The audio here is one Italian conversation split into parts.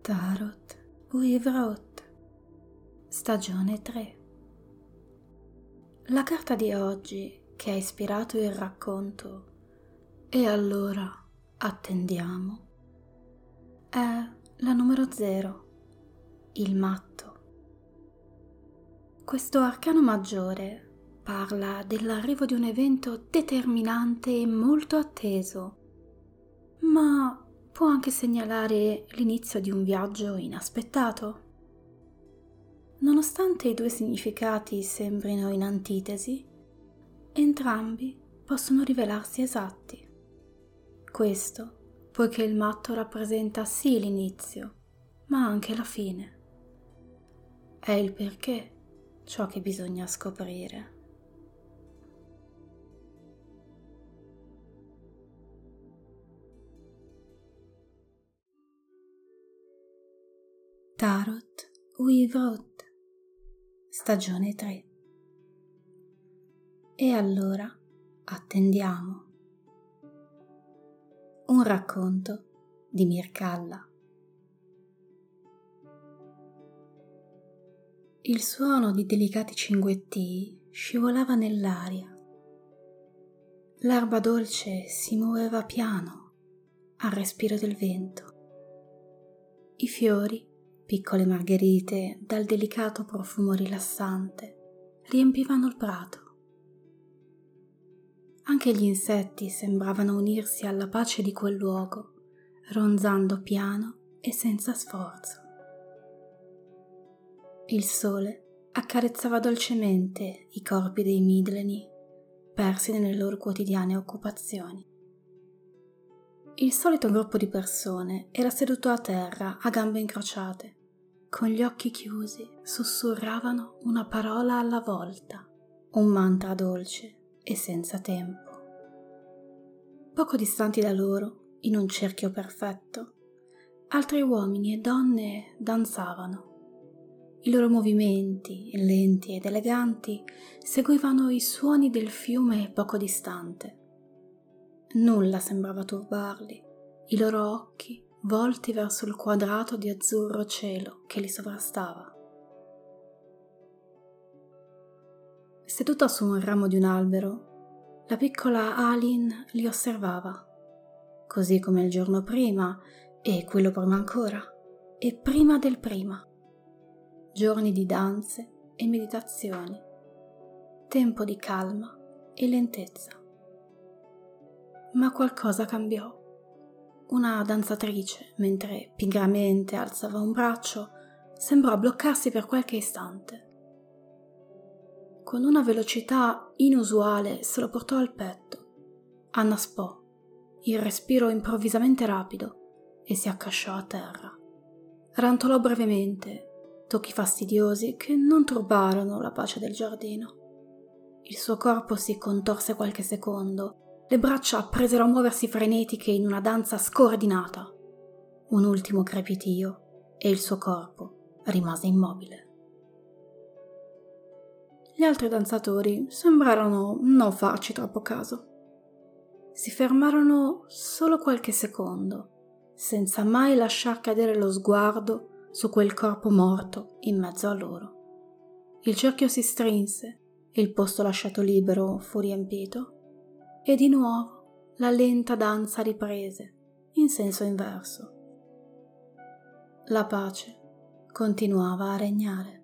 Tarot Uivrot, stagione 3. La carta di oggi che ha ispirato il racconto "E allora attendiamo" è la numero 0, il matto. Questo arcano maggiore parla dell'arrivo di un evento determinante e molto atteso, ma può anche segnalare l'inizio di un viaggio inaspettato. Nonostante i due significati sembrino in antitesi, entrambi possono rivelarsi esatti. Questo poiché il matto rappresenta sì l'inizio, ma anche la fine. È il perché ciò che bisogna scoprire. Tarot Uivrot, stagione 3. E allora attendiamo. Un racconto di Mircalla. Il suono di delicati cinguettii scivolava nell'aria. L'erba dolce si muoveva piano al respiro del vento. I fiori, piccole margherite dal delicato profumo rilassante, riempivano il prato. Anche gli insetti sembravano unirsi alla pace di quel luogo, ronzando piano e senza sforzo. Il sole accarezzava dolcemente i corpi dei midleni, persi nelle loro quotidiane occupazioni. Il solito gruppo di persone era seduto a terra a gambe incrociate. Con gli occhi chiusi sussurravano una parola alla volta, un mantra dolce e senza tempo. Poco distanti da loro, in un cerchio perfetto, altri uomini e donne danzavano. I loro movimenti, lenti ed eleganti, seguivano i suoni del fiume poco distante. Nulla sembrava turbarli, i loro occhi volti verso il quadrato di azzurro cielo che li sovrastava. Seduta su un ramo di un albero, la piccola Alin li osservava, così come il giorno prima e quello prima ancora, e prima del prima. Giorni di danze e meditazioni, tempo di calma e lentezza. Ma qualcosa cambiò. Una danzatrice, mentre pigramente alzava un braccio, sembrò bloccarsi per qualche istante. Con una velocità inusuale se lo portò al petto, annaspò, il respiro improvvisamente rapido, e si accasciò a terra. Rantolò brevemente, tocchi fastidiosi che non turbarono la pace del giardino. Il suo corpo si contorse qualche secondo. Le braccia presero a muoversi frenetiche in una danza scordinata. Un ultimo crepitio e il suo corpo rimase immobile. Gli altri danzatori sembrarono non farci troppo caso. Si fermarono solo qualche secondo, senza mai lasciar cadere lo sguardo su quel corpo morto in mezzo a loro. Il cerchio si strinse, il posto lasciato libero fu riempito, e di nuovo la lenta danza riprese, in senso inverso. La pace continuava a regnare.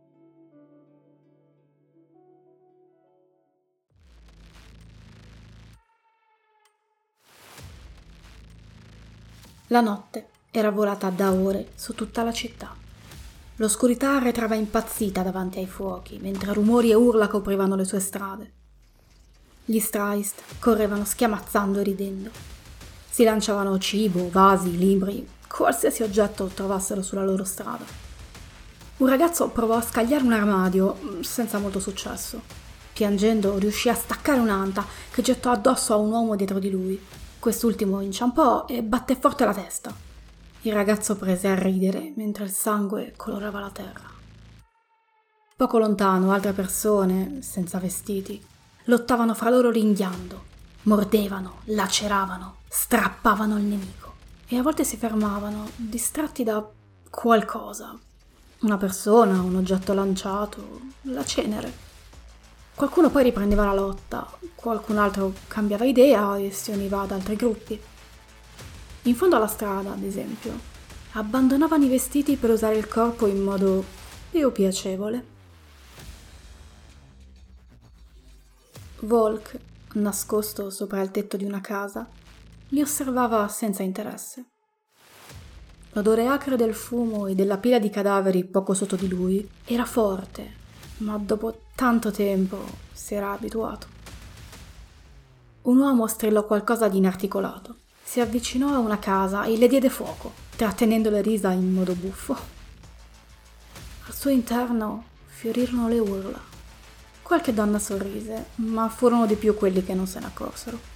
La notte era volata da ore su tutta la città. L'oscurità arretrava impazzita davanti ai fuochi, mentre rumori e urla coprivano le sue strade. Gli Straist correvano schiamazzando e ridendo. Si lanciavano cibo, vasi, libri, qualsiasi oggetto trovassero sulla loro strada. Un ragazzo provò a scagliare un armadio, senza molto successo. Piangendo riuscì a staccare un'anta che gettò addosso a un uomo dietro di lui. Quest'ultimo inciampò e batté forte la testa. Il ragazzo prese a ridere mentre il sangue colorava la terra. Poco lontano altre persone, senza vestiti, lottavano fra loro ringhiando, mordevano, laceravano, strappavano il nemico e a volte si fermavano, distratti da qualcosa. Una persona, un oggetto lanciato, la cenere. Qualcuno poi riprendeva la lotta, qualcun altro cambiava idea e si univa ad altri gruppi. In fondo alla strada, ad esempio, abbandonavano i vestiti per usare il corpo in modo più piacevole. Volk, nascosto sopra il tetto di una casa, li osservava senza interesse. L'odore acre del fumo e della pila di cadaveri poco sotto di lui era forte, ma dopo tanto tempo si era abituato. Un uomo strillò qualcosa di inarticolato. Si avvicinò a una casa e le diede fuoco, trattenendo le risa in modo buffo. Al suo interno fiorirono le urla. Qualche donna sorrise, ma furono di più quelli che non se ne accorsero.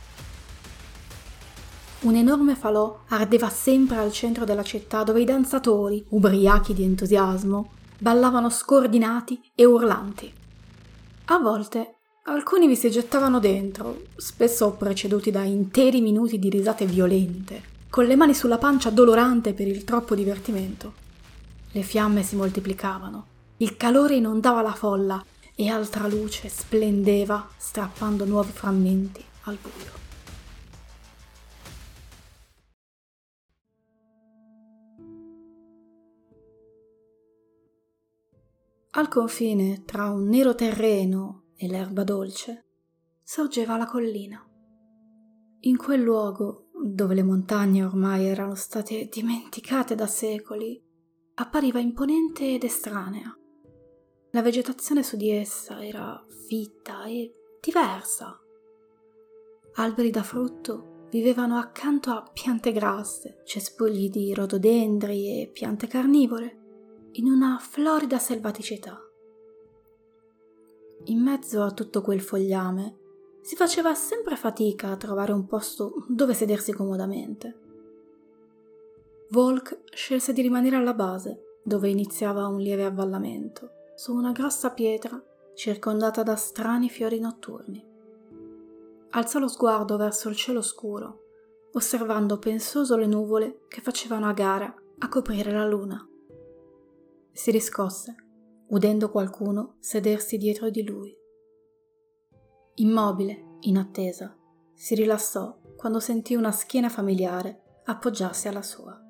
Un enorme falò ardeva sempre al centro della città, dove i danzatori, ubriachi di entusiasmo, ballavano scordinati e urlanti. A volte alcuni vi si gettavano dentro, spesso preceduti da interi minuti di risate violente, con le mani sulla pancia dolorante per il troppo divertimento. Le fiamme si moltiplicavano, il calore inondava la folla e altra luce splendeva, strappando nuovi frammenti al buio. Al confine tra un nero terreno e l'erba dolce sorgeva la collina. In quel luogo, dove le montagne ormai erano state dimenticate da secoli, appariva imponente ed estranea. La vegetazione su di essa era fitta e diversa. Alberi da frutto vivevano accanto a piante grasse, cespugli di rododendri e piante carnivore, in una florida selvaticità. In mezzo a tutto quel fogliame si faceva sempre fatica a trovare un posto dove sedersi comodamente. Volk scelse di rimanere alla base, dove iniziava un lieve avvallamento, su una grossa pietra circondata da strani fiori notturni. Alzò lo sguardo verso il cielo scuro, osservando pensoso le nuvole che facevano a gara a coprire la luna. Si riscosse, udendo qualcuno sedersi dietro di lui. Immobile, in attesa, si rilassò quando sentì una schiena familiare appoggiarsi alla sua.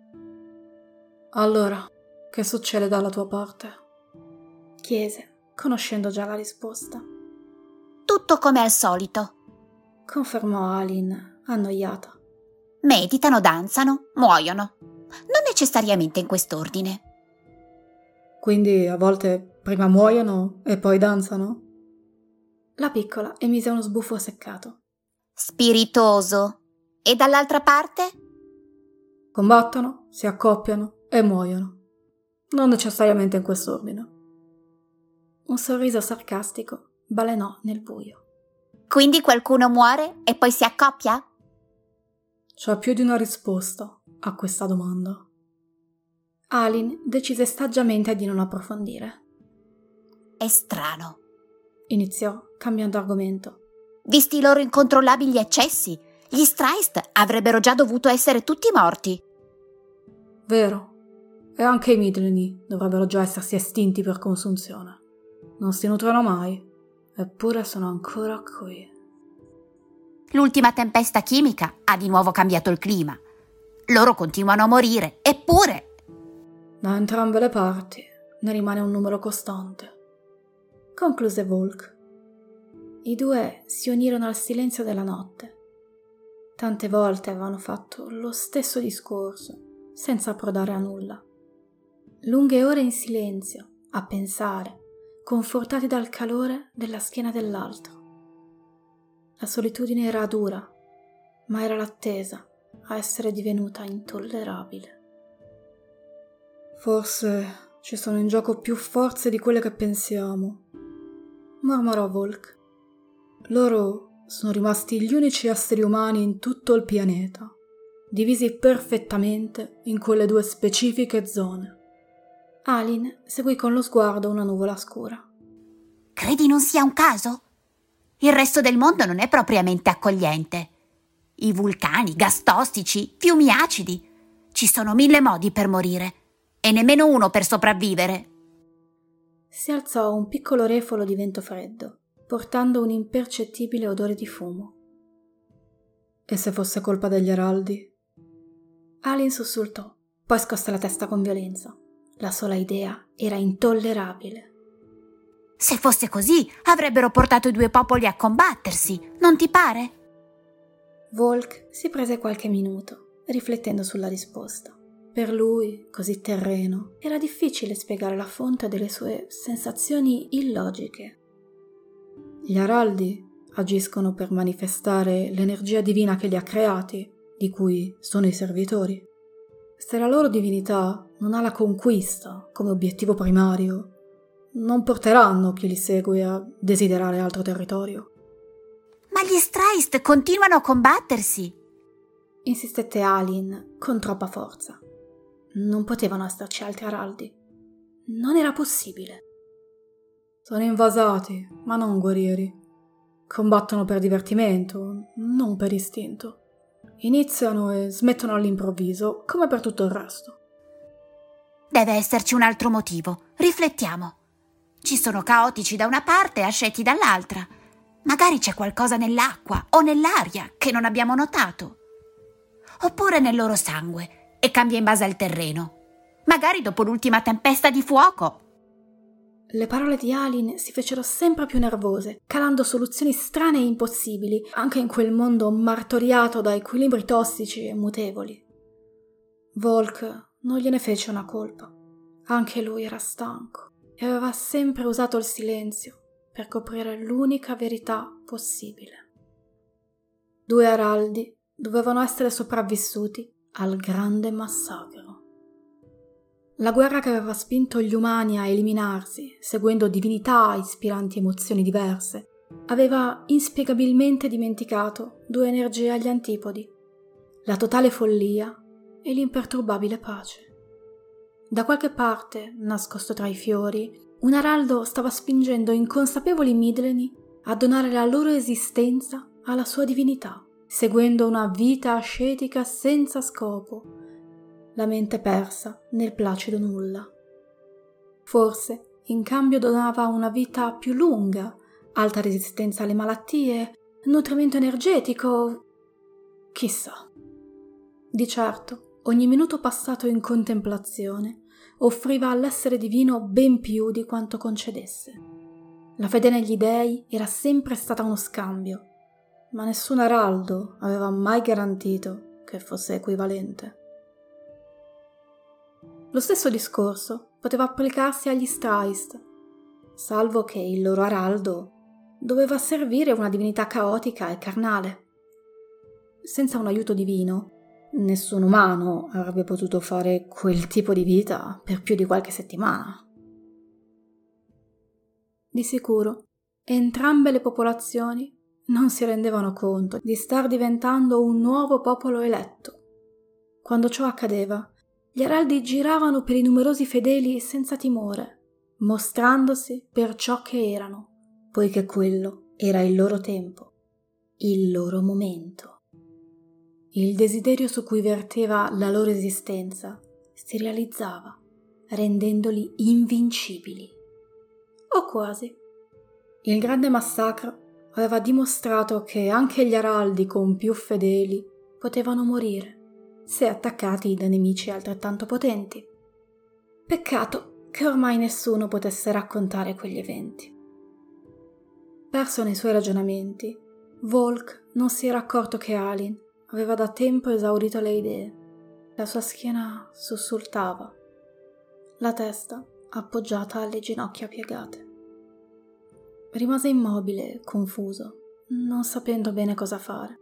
«Allora, che succede dalla tua parte?» chiese, conoscendo già la risposta. «Tutto come al solito», confermò Alin, annoiata. «Meditano, danzano, muoiono. Non necessariamente in quest'ordine». «Quindi a volte prima muoiono e poi danzano?» La piccola emise uno sbuffo seccato. «Spiritoso. E dall'altra parte?» «Combattono, si accoppiano e muoiono. Non necessariamente in quest'ordine». Un sorriso sarcastico balenò nel buio. «Quindi qualcuno muore e poi si accoppia?» C'è più di una risposta a questa domanda. Alin decise saggiamente di non approfondire. «È strano», iniziò, cambiando argomento. «Visti i loro incontrollabili eccessi, gli Streist avrebbero già dovuto essere tutti morti». «Vero. E anche i Midlini dovrebbero già essersi estinti per consunzione. Non si nutrono mai, eppure sono ancora qui». «L'ultima tempesta chimica ha di nuovo cambiato il clima. Loro continuano a morire, eppure...» «Da entrambe le parti ne rimane un numero costante», concluse Volk. I due si unirono al silenzio della notte. Tante volte avevano fatto lo stesso discorso, senza approdare a nulla. Lunghe ore in silenzio, a pensare, confortati dal calore della schiena dell'altro. La solitudine era dura, ma era l'attesa a essere divenuta intollerabile. «Forse ci sono in gioco più forze di quelle che pensiamo», mormorò Volk. «Loro sono rimasti gli unici esseri umani in tutto il pianeta, divisi perfettamente in quelle due specifiche zone». Alin seguì con lo sguardo una nuvola scura. «Credi non sia un caso? Il resto del mondo non è propriamente accogliente. I vulcani, gas tossici, fiumi acidi. Ci sono 1000 modi per morire. e nemmeno uno per sopravvivere. Si alzò un piccolo refolo di vento freddo, portando un impercettibile odore di fumo. E se fosse colpa degli araldi? Alin sussultò, poi scosse la testa con violenza. La sola idea era intollerabile. Se fosse così, avrebbero portato i due popoli a combattersi, non ti pare? Volk si prese qualche minuto, riflettendo sulla risposta. Per lui, così terreno, era difficile spiegare la fonte delle sue sensazioni illogiche. Gli araldi agiscono per manifestare l'energia divina che li ha creati, di cui sono i servitori. Se la loro divinità non ha la conquista come obiettivo primario, non porteranno chi li segue a desiderare altro territorio. Ma gli Straist continuano a combattersi, Insistette Alin con troppa forza. Non potevano esserci altri araldi. Non era possibile. Sono invasati, ma non guerrieri. Combattono per divertimento, non per istinto. Iniziano e smettono all'improvviso, come per tutto il resto. Deve esserci un altro motivo. Riflettiamo. Ci sono caotici da una parte e asceti dall'altra. Magari c'è qualcosa nell'acqua o nell'aria che non abbiamo notato. Oppure nel loro sangue e cambia in base al terreno. Magari dopo l'ultima tempesta di fuoco. Le parole di Alin si fecero sempre più nervose, calando soluzioni strane e impossibili, anche in quel mondo martoriato da equilibri tossici e mutevoli. Volk non gliene fece una colpa. Anche lui era stanco e aveva sempre usato il silenzio per coprire l'unica verità possibile. 2 araldi dovevano essere sopravvissuti al grande massacro. La guerra che aveva spinto gli umani a eliminarsi, seguendo divinità ispiranti emozioni diverse, aveva inspiegabilmente dimenticato 2 energie agli antipodi: la totale follia e l'imperturbabile pace. Da qualche parte, nascosto tra i fiori, un araldo stava spingendo inconsapevoli Midleni a donare la loro esistenza alla sua divinità, seguendo una vita ascetica senza scopo, la mente persa nel placido nulla. Forse in cambio donava una vita più lunga, alta resistenza alle malattie, nutrimento energetico, chissà. Di certo, ogni minuto passato in contemplazione offriva all'essere divino ben più di quanto concedesse. La fede negli dei era sempre stata uno scambio, ma nessun araldo aveva mai garantito che fosse equivalente. Lo stesso discorso poteva applicarsi agli Straist, salvo che il loro araldo doveva servire una divinità caotica e carnale. Senza un aiuto divino, nessun umano avrebbe potuto fare quel tipo di vita per più di qualche settimana. Di sicuro, entrambe le popolazioni non si rendevano conto di star diventando un nuovo popolo eletto. Quando ciò accadeva, gli araldi giravano per i numerosi fedeli senza timore, mostrandosi per ciò che erano, poiché quello era il loro tempo, il loro momento. Il desiderio su cui verteva la loro esistenza si realizzava, rendendoli invincibili. O quasi. Il grande massacro aveva dimostrato che anche gli araldi con più fedeli potevano morire, se attaccati da nemici altrettanto potenti. Peccato che ormai nessuno potesse raccontare quegli eventi. Perso nei suoi ragionamenti, Volk non si era accorto che Alin aveva da tempo esaurito le idee. La sua schiena sussultava, la testa appoggiata alle ginocchia piegate. Rimase immobile, confuso, non sapendo bene cosa fare.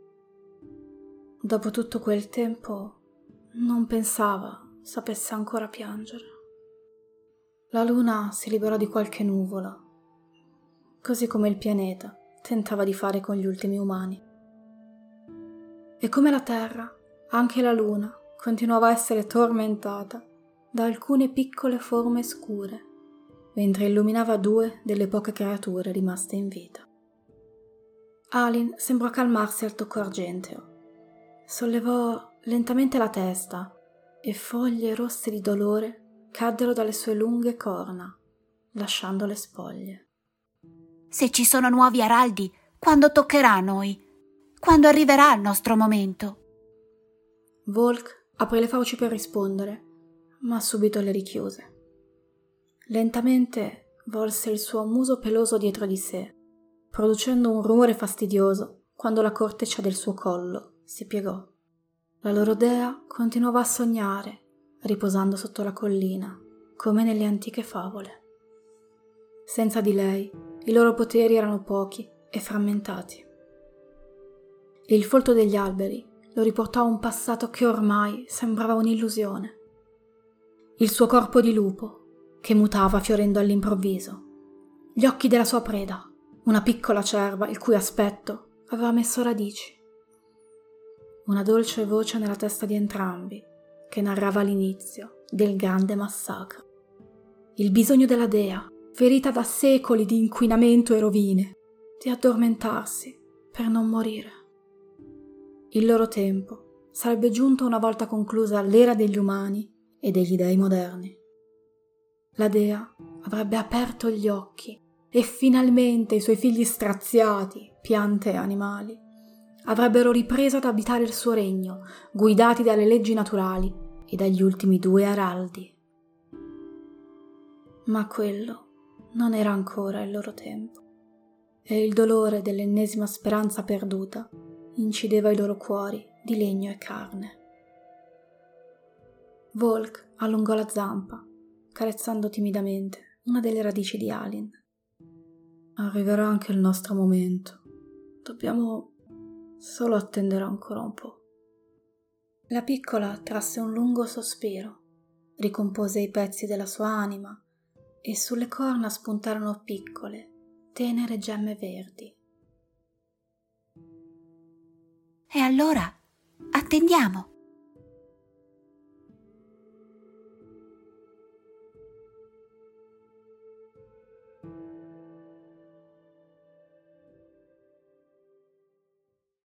Dopo tutto quel tempo, non pensava sapesse ancora piangere. La luna si liberò di qualche nuvola, così come il pianeta tentava di fare con gli ultimi umani. E come la terra, anche la luna continuava a essere tormentata da alcune piccole forme scure, mentre illuminava 2 delle poche creature rimaste in vita. Alin sembrò calmarsi al tocco argenteo. Sollevò lentamente la testa e foglie rosse di dolore caddero dalle sue lunghe corna, lasciando le spoglie. Se ci sono nuovi araldi, quando toccherà a noi? Quando arriverà il nostro momento? Volk aprì le fauci per rispondere, ma subito le richiuse. Lentamente volse il suo muso peloso dietro di sé, producendo un rumore fastidioso quando la corteccia del suo collo si piegò. La loro dea continuava a sognare, riposando sotto la collina, come nelle antiche favole. Senza di lei, i loro poteri erano pochi e frammentati. Il folto degli alberi lo riportò a un passato che ormai sembrava un'illusione. Il suo corpo di lupo, che mutava fiorendo all'improvviso. Gli occhi della sua preda, una piccola cerva il cui aspetto aveva messo radici. Una dolce voce nella testa di entrambi, che narrava l'inizio del grande massacro. Il bisogno della dea, ferita da secoli di inquinamento e rovine, di addormentarsi per non morire. Il loro tempo sarebbe giunto una volta conclusa l'era degli umani e degli dei moderni. La dea avrebbe aperto gli occhi e finalmente i suoi figli straziati, piante e animali, avrebbero ripreso ad abitare il suo regno, guidati dalle leggi naturali e dagli ultimi 2 araldi. Ma quello non era ancora il loro tempo, e il dolore dell'ennesima speranza perduta incideva i loro cuori di legno e carne. Volk allungò la zampa, carezzando timidamente una delle radici di Alin. Arriverà anche il nostro momento. Dobbiamo solo attendere ancora un po'. La piccola trasse un lungo sospiro, ricompose i pezzi della sua anima e sulle corna spuntarono piccole, tenere gemme verdi. E allora attendiamo.